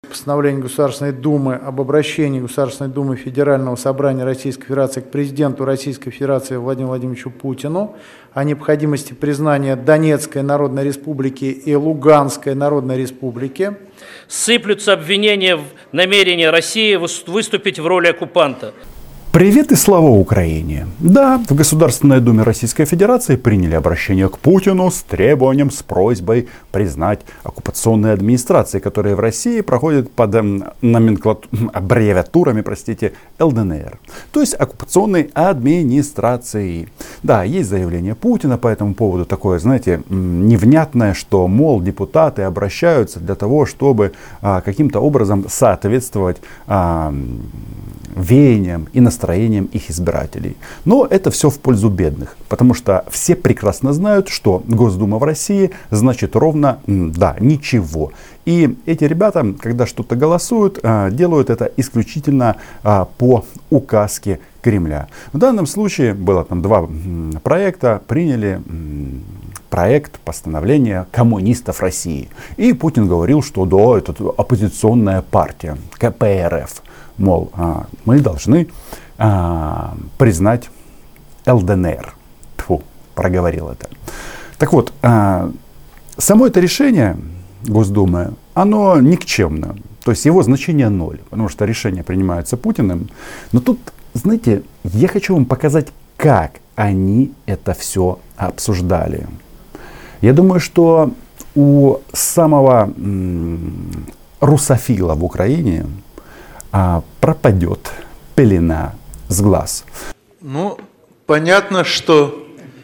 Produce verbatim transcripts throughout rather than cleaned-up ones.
постановление Государственной Думы об обращении Государственной Думы Федерального собрания Российской Федерации к президенту Российской Федерации Владимиру Владимировичу Путину о необходимости признания Донецкой Народной Республики и Луганской Народной Республики. Сыплются обвинения в намерении России выступить в роли оккупанта. Привет и слава Украине! Да, в Государственной Думе Российской Федерации приняли обращение к Путину с требованием, с просьбой признать оккупационные администрации, которые в России проходят под номенклату... аббревиатурами, простите, эл дэ эн эр. То есть оккупационной администрации. Да, есть заявление Путина по этому поводу, такое, знаете, невнятное, что, мол, депутаты обращаются для того, чтобы а, каким-то образом соответствовать а, веяниям и настроениям их избирателей. Но это все в пользу бедных, потому что все прекрасно знают, что Госдума в России значит ровно, да, ничего. И эти ребята, когда что-то голосуют, делают это исключительно по указке Кремля. В данном случае было там два проекта, приняли проект постановления коммунистов России. И Путин говорил, что да, это оппозиционная партия, ка пэ эр эф. Мол, мы должны а, признать эл дэ эн эр. Тьфу, проговорил это. Так вот, а, само это решение Госдумы, оно никчемно. То есть его значение ноль. Потому что решение принимается Путиным. Но тут, знаете, я хочу вам показать, как они это все обсуждали. Я думаю, что у самого м- русофила в Украине А пропадет пелена с глаз. Ну, понятно, что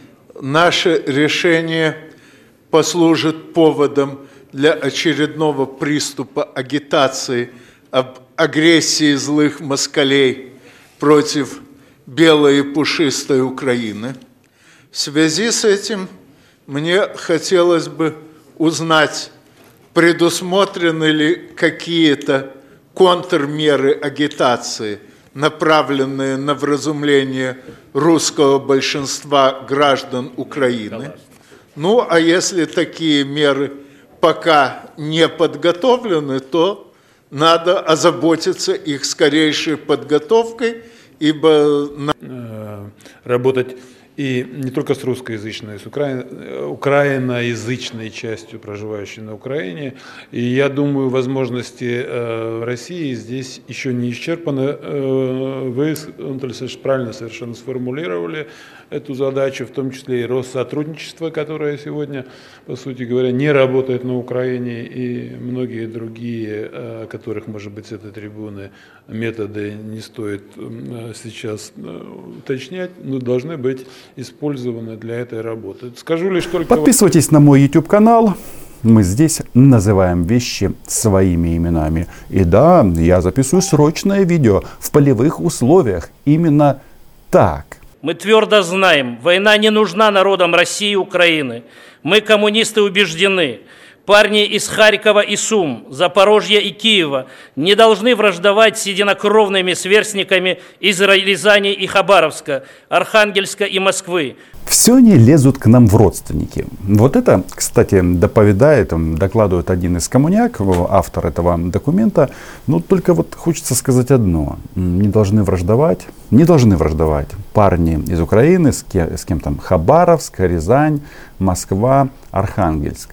наше решение послужит поводом для очередного приступа агитации об агрессии злых москалей против белой и пушистой Украины. В связи с этим мне хотелось бы узнать, предусмотрены ли какие-то контрмеры агитации, направленные на вразумление русского большинства граждан Украины. Ну, а если такие меры пока не подготовлены, то надо озаботиться их скорейшей подготовкой, ибо... Работать и не только с русскоязычной, с украин... украиноязычной частью, проживающей на Украине. И я думаю, возможности э, России здесь еще не исчерпаны. Э, вы, Анатолий Александрович, правильно совершенно сформулировали эту задачу, в том числе и Россотрудничество, которое сегодня, по сути говоря, не работает на Украине, и многие другие, э, о которых, может быть, с этой трибуны методы не стоит э, сейчас э, уточнять, но должны быть использованы для этой работы. Скажу лишь только... Подписывайтесь на мой YouTube канал. Мы здесь называем вещи своими именами. И да, я записываю срочное видео в полевых условиях. Именно так. Мы твердо знаем, война не нужна народам России и Украины. Мы, коммунисты, убеждены. Парни из Харькова и Сум, Запорожья и Киева не должны враждовать с единокровными сверстниками из Рязани и Хабаровска, Архангельска и Москвы. Все они лезут к нам в родственники. Вот это, кстати, доповедает, докладывает один из коммуняк, автор этого документа. Но только вот хочется сказать одно. Не должны враждовать, не должны враждовать парни из Украины, с кем, с кем там Хабаровск, Рязань, Москва, Архангельск.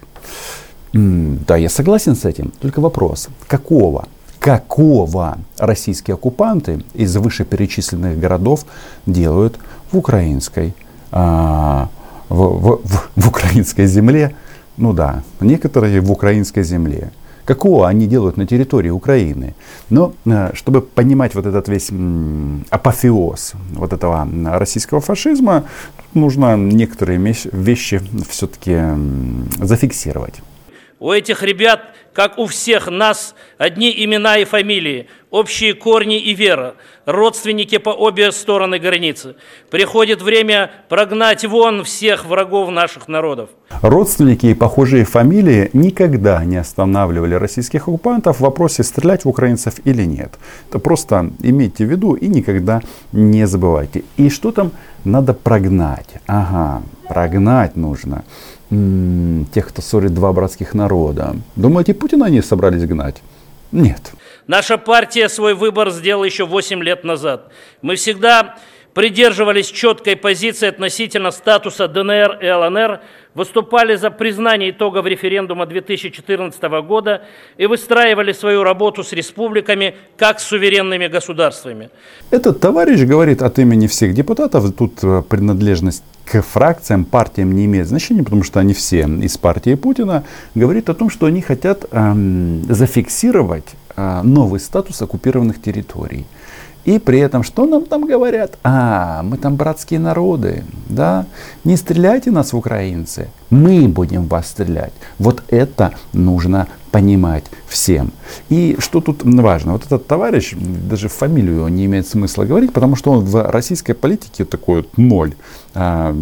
Да, я согласен с этим. Только вопрос, какого, какого российские оккупанты из вышеперечисленных городов делают в украинской, а, в, в, в, в украинской земле? Ну да, некоторые в украинской земле. Какого они делают на территории Украины? Но чтобы понимать вот этот весь апофеоз вот этого российского фашизма, нужно некоторые вещи все-таки зафиксировать. У этих ребят, как у всех нас, одни имена и фамилии, общие корни и вера, родственники по обе стороны границы. Приходит время прогнать вон всех врагов наших народов. Родственники и похожие фамилии никогда не останавливали российских оккупантов в вопросе, стрелять в украинцев или нет. Это просто имейте в виду и никогда не забывайте. И что там надо прогнать? Ага, прогнать нужно тех, кто ссорит два братских народа. Думаете, Путина они собрались гнать? Нет. Наша партия свой выбор сделала еще восемь лет назад. Мы всегда придерживались четкой позиции относительно статуса ДНР и ЛНР, выступали за признание итогов референдума две тысячи четырнадцатого года и выстраивали свою работу с республиками как с суверенными государствами. Этот товарищ говорит от имени всех депутатов. Тут принадлежность к фракциям, партиям не имеет значения, потому что они все из партии Путина. Говорит о том, что они хотят эм, зафиксировать э, новый статус оккупированных территорий. И при этом, что нам там говорят? А, мы там братские народы, да? Не стреляйте нас в украинцы, мы будем в вас стрелять. Вот это нужно понимать всем. И что тут важно? Вот этот товарищ, даже фамилию его не имеет смысла говорить, потому что он в российской политике такой вот ноль. А,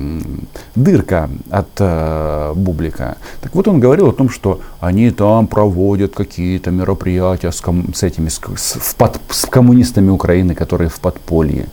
дырка от а, бублика. Так вот он говорил о том, что они там проводят какие-то мероприятия с, ком- с этими с, с, под, с коммунистами Украины, которые в подполье.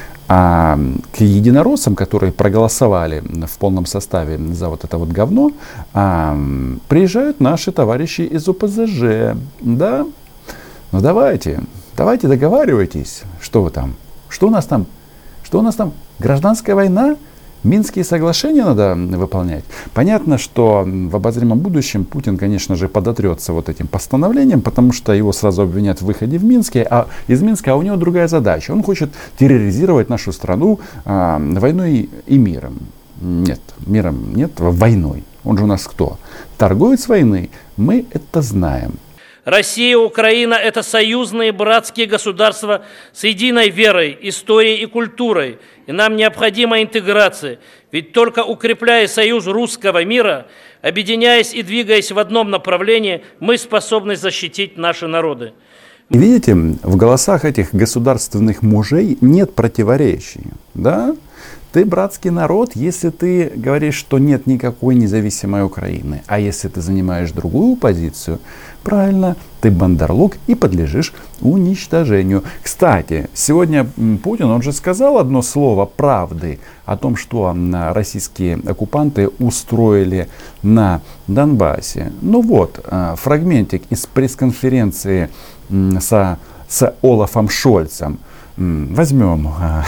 А к единороссам, которые проголосовали в полном составе за вот это вот говно, а, приезжают наши товарищи из ОПЗЖ. Да? Ну давайте, давайте договаривайтесь. Что вы там? Что у нас там? Что у нас там? Гражданская война? Минские соглашения надо выполнять. Понятно, что в обозримом будущем Путин, конечно же, подотрется вот этим постановлением, потому что его сразу обвинят в выходе в Минске, а из Минска а у него другая задача. Он хочет терроризировать нашу страну а, войной и миром. Нет, миром нет, войной. Он же у нас кто? Торговец войны. Мы это знаем. Россия и Украина – это союзные братские государства с единой верой, историей и культурой. И нам необходима интеграция. Ведь только укрепляя союз русского мира, объединяясь и двигаясь в одном направлении, мы способны защитить наши народы. И видите, в голосах этих государственных мужей нет противоречий. Да? Ты братский народ, если ты говоришь, что нет никакой независимой Украины. А если ты занимаешь другую позицию, правильно, ты бандерлог и подлежишь уничтожению. Кстати, сегодня Путин, он же сказал одно слово правды о том, что российские оккупанты устроили на Донбассе. Ну вот, фрагментик из пресс-конференции со, с Олафом Шольцем. Возьмем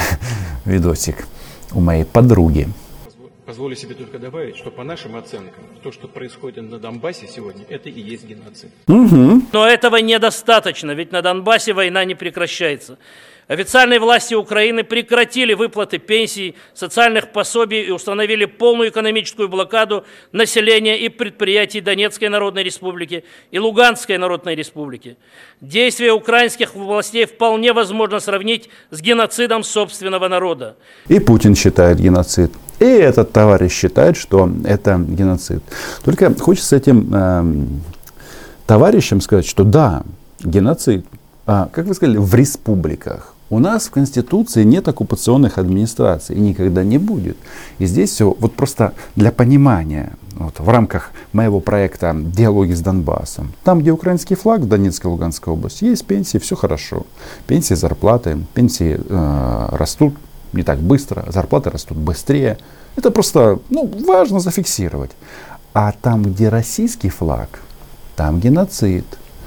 видосик у моей подруги. Позволю себе только добавить, что по нашим оценкам, то, что происходит на Донбассе сегодня, это и есть геноцид. Угу. Но этого недостаточно, ведь на Донбассе война не прекращается. Официальные власти Украины прекратили выплаты пенсий, социальных пособий и установили полную экономическую блокаду населения и предприятий Донецкой Народной Республики и Луганской Народной Республики. Действия украинских властей вполне возможно сравнить с геноцидом собственного народа. И Путин считает геноцид. И этот товарищ считает, что это геноцид. Только хочется этим э, товарищам сказать, что да, геноцид. А, как вы сказали, в республиках. У нас в Конституции нет оккупационных администраций и никогда не будет. И здесь все вот просто для понимания, вот, в рамках моего проекта «Диалоги с Донбассом». Там, где украинский флаг в Донецкой и Луганской области, есть пенсии, все хорошо. Пенсии, зарплаты, пенсии э, растут не так быстро, зарплаты растут быстрее. Это просто ну, важно зафиксировать. А там, где российский флаг, там геноцид.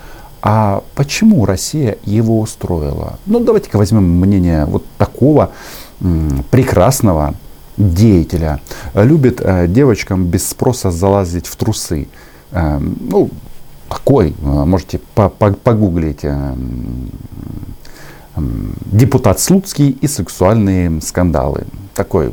А почему Россия его устроила? Ну, давайте-ка возьмем мнение вот такого м, прекрасного деятеля. Любит э, девочкам без спроса залазить в трусы. Э, ну, такой, можете погуглить. Э, э, депутат Слуцкий и сексуальные скандалы. Такой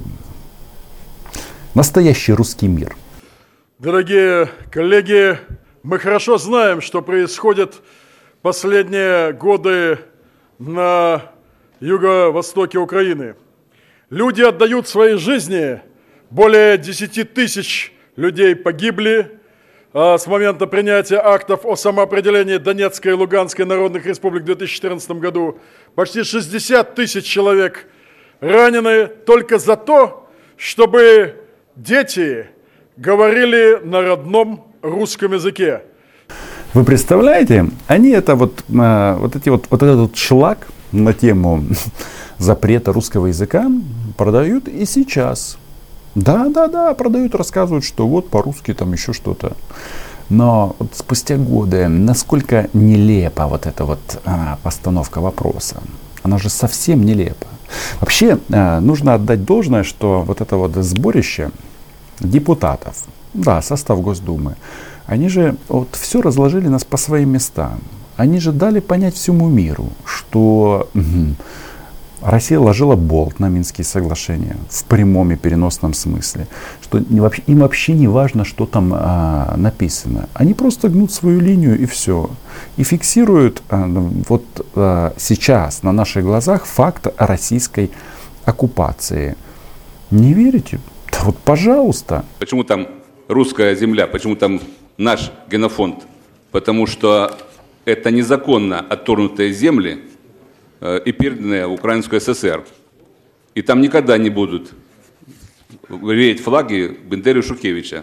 настоящий русский мир. Дорогие коллеги, мы хорошо знаем, что происходит последние годы на юго-востоке Украины. Люди отдают свои жизни, более десяти тысяч людей погибли а с момента принятия актов о самоопределении Донецкой и Луганской народных республик в две тысячи четырнадцатом году. Почти шестьдесят тысяч человек ранены только за то, чтобы дети говорили на родном русском языке. Вы представляете, они это вот, вот, эти вот, вот этот вот шлак на тему запрета русского языка продают и сейчас. Да, да, да, продают, рассказывают, что вот по-русски там еще что-то. Но вот спустя годы, насколько нелепа вот эта вот а, постановка вопроса. Она же совсем нелепа. Вообще а, нужно отдать должное, что вот это вот сборище депутатов, да, состав Госдумы, они же вот все разложили нас по своим местам. Они же дали понять всему миру, что угу, Россия ложила болт на Минские соглашения в прямом и переносном смысле, что им вообще не важно, что там а, написано. Они просто гнут свою линию и все. И фиксируют а, вот а, сейчас на наших глазах факт российской оккупации. Не верите? Да вот пожалуйста. Почему там русская земля, почему там наш генофонд? Потому что это незаконно отторгнутые земли и переданные в Украинскую ССР. И там никогда не будут реять флаги Бендеры и Шухевича.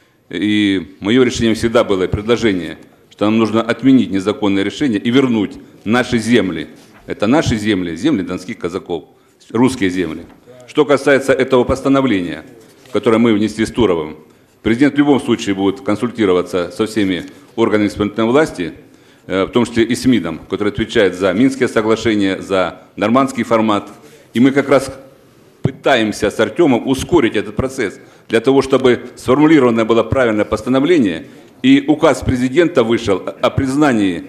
И мое решение всегда было, предложение, что нам нужно отменить незаконное решение и вернуть наши земли. Это наши земли, земли донских казаков, русские земли. Что касается этого постановления, которое мы внесли с Туровым, президент в любом случае будет консультироваться со всеми органами исполнительной власти, в том числе и с МИДом, который отвечает за Минские соглашения, за нормандский формат. И мы как раз пытаемся с Артемом ускорить этот процесс, для того, чтобы сформулировано было правильное постановление, и указ президента вышел о признании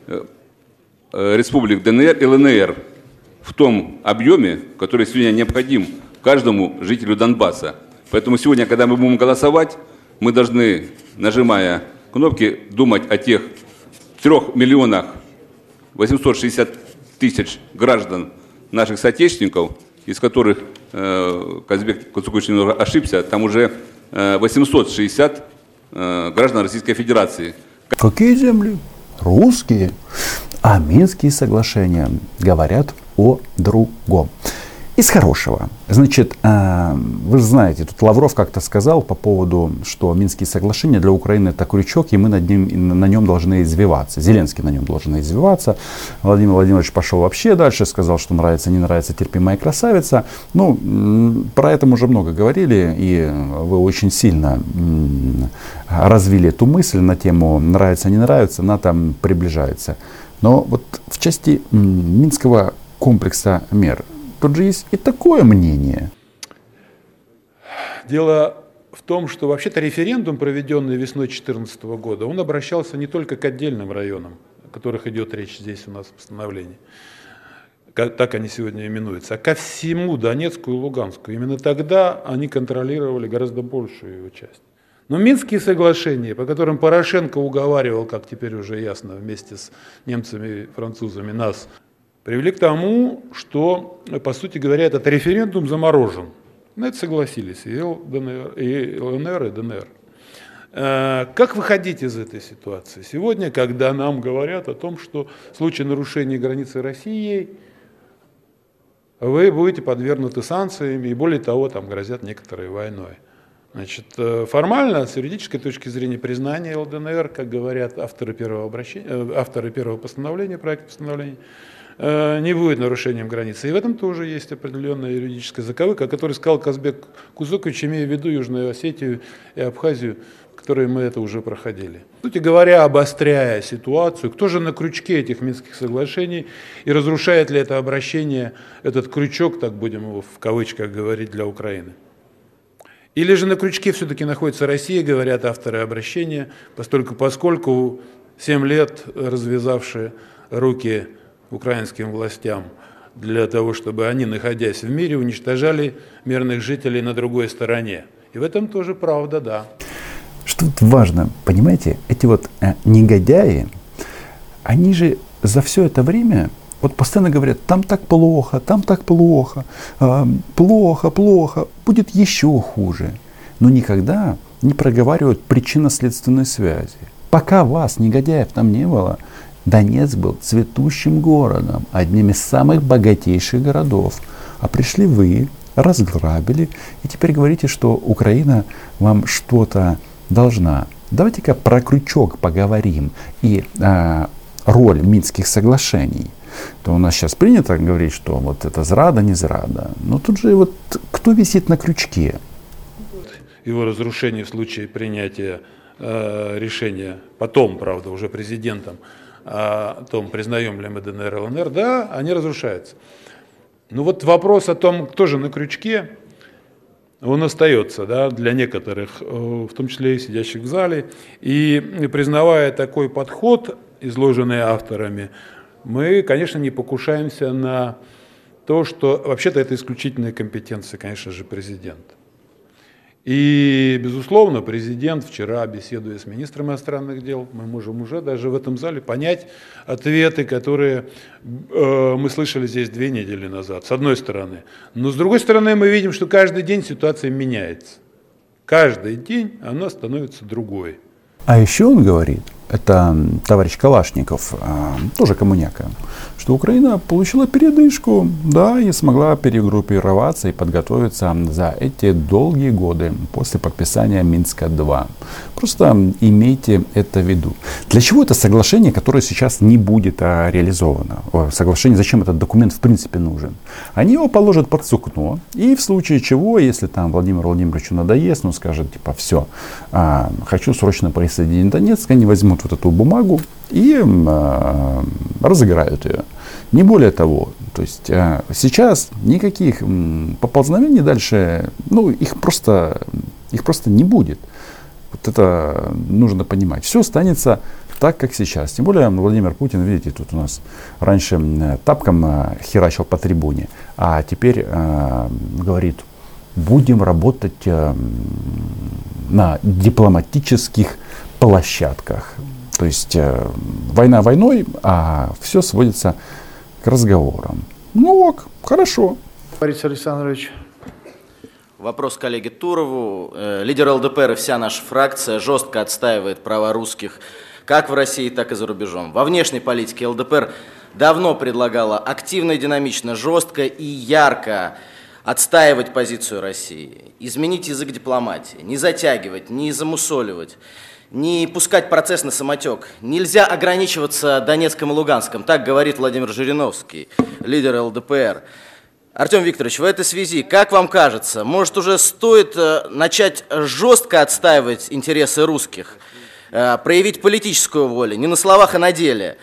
республик ДНР и ЛНР в том объеме, который сегодня необходим каждому жителю Донбасса. Поэтому сегодня, когда мы будем голосовать, мы должны, нажимая кнопки, думать о тех трех миллионах восемьсот шестьдесят тысяч граждан наших соотечественников, из которых э, Казбек Куцукович немного ошибся, там уже э, восемьсот шестьдесят э, граждан Российской Федерации. Какие земли? Русские. А Минские соглашения говорят о другом. Из хорошего. Значит, вы знаете, тут Лавров как-то сказал по поводу, что Минские соглашения для Украины это крючок, и мы над ним, на нем должны извиваться. Зеленский на нем должен извиваться. Владимир Владимирович пошел вообще дальше, сказал, что нравится, не нравится, терпимая красавица. Ну, про это мы уже много говорили, и вы очень сильно развили эту мысль на тему нравится, не нравится, она там приближается. Но вот в части Минского комплекса мер, тут же есть и такое мнение. Дело в том, что вообще-то референдум, проведенный весной две тысячи четырнадцатого года, он обращался не только к отдельным районам, о которых идет речь здесь у нас в постановлении, так они сегодня именуются, а ко всему Донецку и Луганску. Именно тогда они контролировали гораздо большую его часть. Но Минские соглашения, по которым Порошенко уговаривал, как теперь уже ясно, вместе с немцами и французами нас, привели к тому, что, по сути говоря, этот референдум заморожен. На это согласились и ЛДНР, и ЛНР, и ДНР. Как выходить из этой ситуации? Сегодня, когда нам говорят о том, что в случае нарушения границы России вы будете подвергнуты санкциям, и более того, там грозят некоторой войной. Значит, формально, с юридической точки зрения, признание ЛДНР, как говорят авторы первого, обращения, авторы первого постановления, проекта постановления, не будет нарушением границы. И в этом тоже есть определенная юридическая заковыка, о которой сказал Казбек Кузукович, имея в виду Южную Осетию и Абхазию, в которой мы это уже проходили. По сути говоря, обостряя ситуацию, кто же на крючке этих Минских соглашений и разрушает ли это обращение, этот крючок, так будем его в кавычках говорить, для Украины? Или же на крючке все-таки находится Россия, говорят авторы обращения, поскольку, поскольку семь лет развязавшие руки украинским властям для того, чтобы они, находясь в мире, уничтожали мирных жителей на другой стороне. И в этом тоже правда, да. Что тут важно, понимаете, эти вот э, негодяи, они же за все это время вот постоянно говорят, там так плохо, там так плохо, э, плохо, плохо, будет еще хуже. Но никогда не проговаривают причинно-следственной связи. Пока вас, негодяев, там не было, Донецк был цветущим городом, одним из самых богатейших городов. А пришли вы, разграбили, и теперь говорите, что Украина вам что-то должна. Давайте-ка про крючок поговорим и а, роль Минских соглашений. То у нас сейчас принято говорить, что вот это зрада, не зрада. Но тут же вот кто висит на крючке? Его разрушение в случае принятия решение, потом, правда, уже президентом, о том, признаем ли мы ДНР, ЛНР, да, они разрушаются. Ну вот вопрос о том, кто же на крючке, он остается, да, для некоторых, в том числе и сидящих в зале. И признавая такой подход, изложенный авторами, мы, конечно, не покушаемся на то, что вообще-то это исключительная компетенция, конечно же, президента. И, безусловно, президент вчера, беседуя с министром иностранных дел, мы можем уже даже в этом зале понять ответы, которые э, мы слышали здесь две недели назад, с одной стороны. Но с другой стороны, мы видим, что каждый день ситуация меняется. Каждый день она становится другой. А еще он говорит, это товарищ Калашников, тоже коммуняка, что Украина получила передышку, да, и смогла перегруппироваться и подготовиться за эти долгие годы после подписания Минска-два. Просто имейте это в виду. Для чего это соглашение, которое сейчас не будет а, реализовано? О, соглашение, зачем этот документ в принципе нужен? Они его положат под сукно, и в случае чего, если там Владимиру Владимировичу надоест, он скажет, типа, все, а, хочу срочно присоединить Донецк, они возьмут вот эту бумагу и а, разыграют ее. Не более того, то есть а, сейчас никаких м, поползновений дальше, ну, их просто, их просто не будет. Вот это нужно понимать. Все останется так, как сейчас. Тем более Владимир Путин, видите, тут у нас раньше тапком херачил по трибуне, а теперь э, говорит, будем работать э, на дипломатических площадках. То есть э, война войной, а все сводится к разговорам. Ну ок, хорошо. Борис Александрович. Вопрос коллеге Турову. Лидер ЛДПР и вся наша фракция жестко отстаивает права русских как в России, так и за рубежом. Во внешней политике ЛДПР давно предлагала активно и динамично, жестко и ярко отстаивать позицию России, изменить язык дипломатии, не затягивать, не замусоливать, не пускать процесс на самотек. Нельзя ограничиваться Донецком и Луганском, так говорит Владимир Жириновский, лидер ЛДПР. Артем Викторович, в этой связи, как вам кажется, может уже стоит начать жестко отстаивать интересы русских, проявить политическую волю, не на словах, а на деле?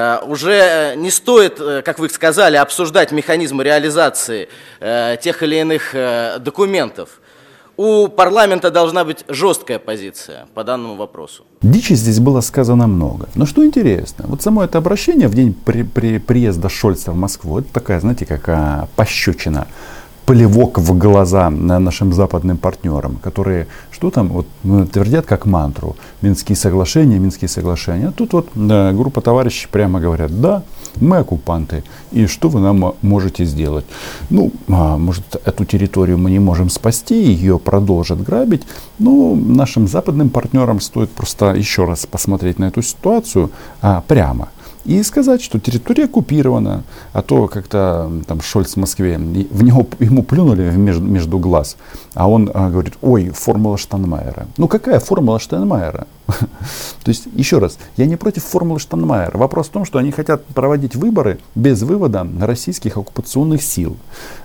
Уже не стоит, как вы сказали, обсуждать механизмы реализации тех или иных документов. У парламента должна быть жесткая позиция по данному вопросу. Дичи здесь было сказано много. Но что интересно, вот само это обращение в день при, при, приезда Шольца в Москву, это такая, знаете, как а, пощечина, плевок в глаза нашим западным партнерам, которые, что там, вот, твердят как мантру, Минские соглашения, Минские соглашения. А тут вот да, группа товарищей прямо говорят, да, мы оккупанты, и что вы нам можете сделать? Ну, а, может, эту территорию мы не можем спасти, ее продолжат грабить, но нашим западным партнерам стоит просто еще раз посмотреть на эту ситуацию а, прямо. И сказать, что территория оккупирована, а то как-то там Шольц в Москве, в него, ему плюнули между, между глаз, а он а, говорит, ой, формула Штайнмайера. Ну какая формула Штайнмайера? То есть, еще раз, я не против формулы Штайнмайера. Вопрос в том, что они хотят проводить выборы без вывода российских оккупационных сил.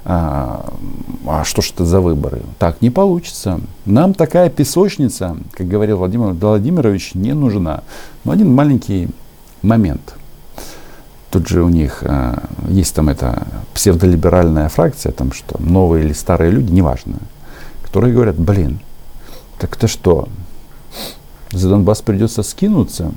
А, а что ж это за выборы? Так не получится. Нам такая песочница, как говорил Владимир Владимирович, не нужна. Но один маленький момент. Тут же у них э, есть там эта псевдолиберальная фракция, там что, новые или старые люди, неважно, которые говорят, блин, так это что, за Донбасс придется скинуться?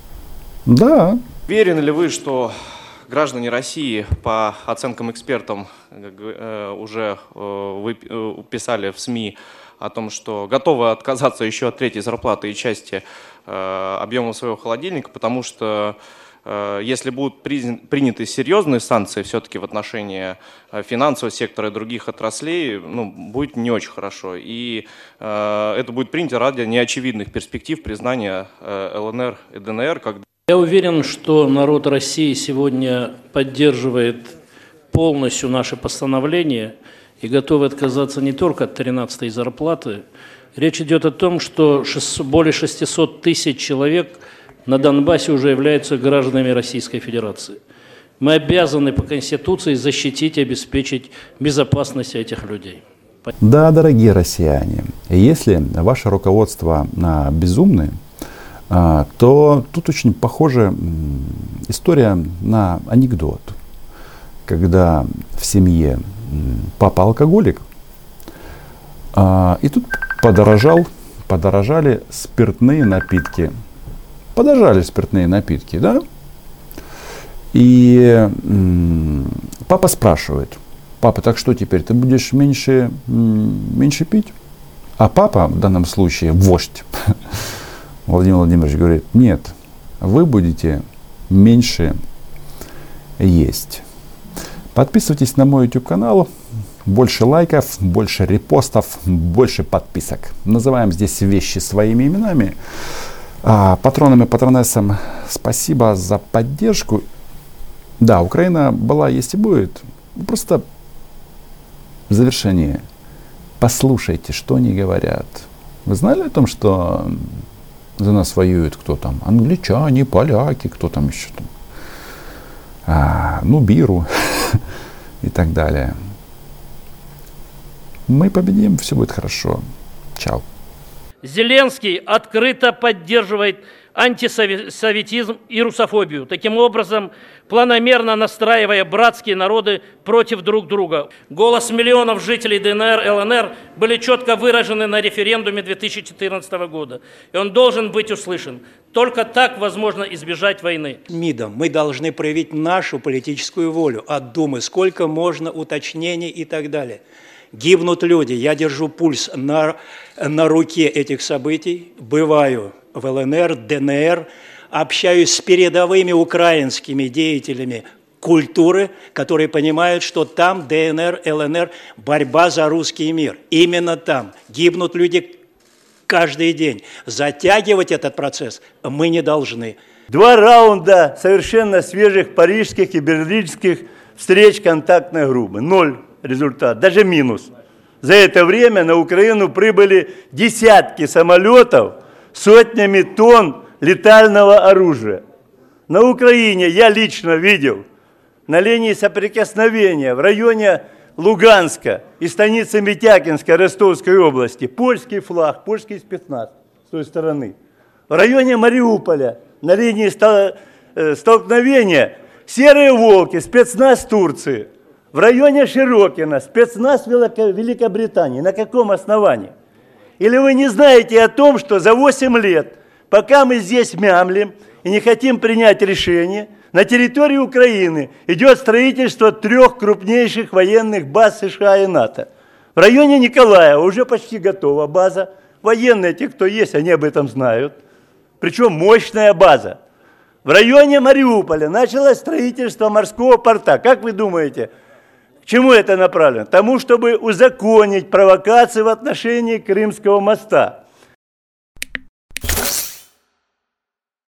Да. Уверены ли вы, что граждане России, по оценкам экспертам, э, уже э, вы э, писали в СМИ о том, что готовы отказаться еще от третьей зарплаты и части э, объема своего холодильника, потому что если будут приняты серьезные санкции все-таки в отношении финансового сектора и других отраслей, ну, будет не очень хорошо. И э, это будет принято ради неочевидных перспектив признания э, ЛНР и ДНР. Как... Я уверен, что народ России сегодня поддерживает полностью наше постановление и готовы отказаться не только от тринадцатой зарплаты. Речь идет о том, что более шестисот тысяч человек на Донбассе уже являются гражданами Российской Федерации. Мы обязаны по Конституции защитить и обеспечить безопасность этих людей. Да, дорогие россияне, если ваше руководство а, безумны, а, то тут очень похожа история на анекдот, когда в семье папа алкоголик, а, и тут подорожал, подорожали спиртные напитки. Подорожали спиртные напитки, да? И м, папа спрашивает: папа, так что теперь, ты будешь меньше, м, меньше пить? А папа, в данном случае вождь, Владимир Владимирович, говорит: нет, вы будете меньше есть. Подписывайтесь на мой YouTube канал. Больше лайков, больше репостов, больше подписок. Называем здесь вещи своими именами. А, патронам и патронессам спасибо за поддержку. Да, Украина была, есть и будет. Просто в завершении послушайте, что они говорят. Вы знали о том, что за нас воюют кто там? Англичане, поляки, кто там еще там? А, ну, Биру и так далее. Мы победим, все будет хорошо. Чао. Зеленский открыто поддерживает антисоветизм и русофобию, таким образом планомерно настраивая братские народы против друг друга. Голос миллионов жителей ДНР, ЛНР были четко выражены на референдуме две тысячи четырнадцатого года, и он должен быть услышан. Только так возможно избежать войны. МИДом мы должны проявить нашу политическую волю от Думы, сколько можно уточнений и так далее. Гибнут люди, я держу пульс на, на руке этих событий, бываю в ЛНР, ДНР, общаюсь с передовыми украинскими деятелями культуры, которые понимают, что там ДНР, ЛНР, борьба за русский мир. Именно там гибнут люди каждый день. Затягивать этот процесс мы не должны. Два раунда совершенно свежих парижских и берлинских встреч контактной группы. Ноль. Результат, даже минус. За это время на Украину прибыли десятки самолетов, сотнями тонн летального оружия. На Украине я лично видел на линии соприкосновения в районе Луганска и станицы Митякинска Ростовской области польский флаг, польский спецназ с той стороны. В районе Мариуполя на линии столкновения серые волки, спецназ Турции. В районе Широкино спецназ Великобритании. На каком основании? Или вы не знаете о том, что за восемь лет, пока мы здесь мямлим и не хотим принять решение, на территории Украины идет строительство трех крупнейших военных баз США и НАТО. В районе Николаева уже почти готова база. Военные, те, кто есть, они об этом знают. Причем мощная база. В районе Мариуполя началось строительство морского порта. Как вы думаете, к чему это направлено? Тому, чтобы узаконить провокации в отношении Крымского моста.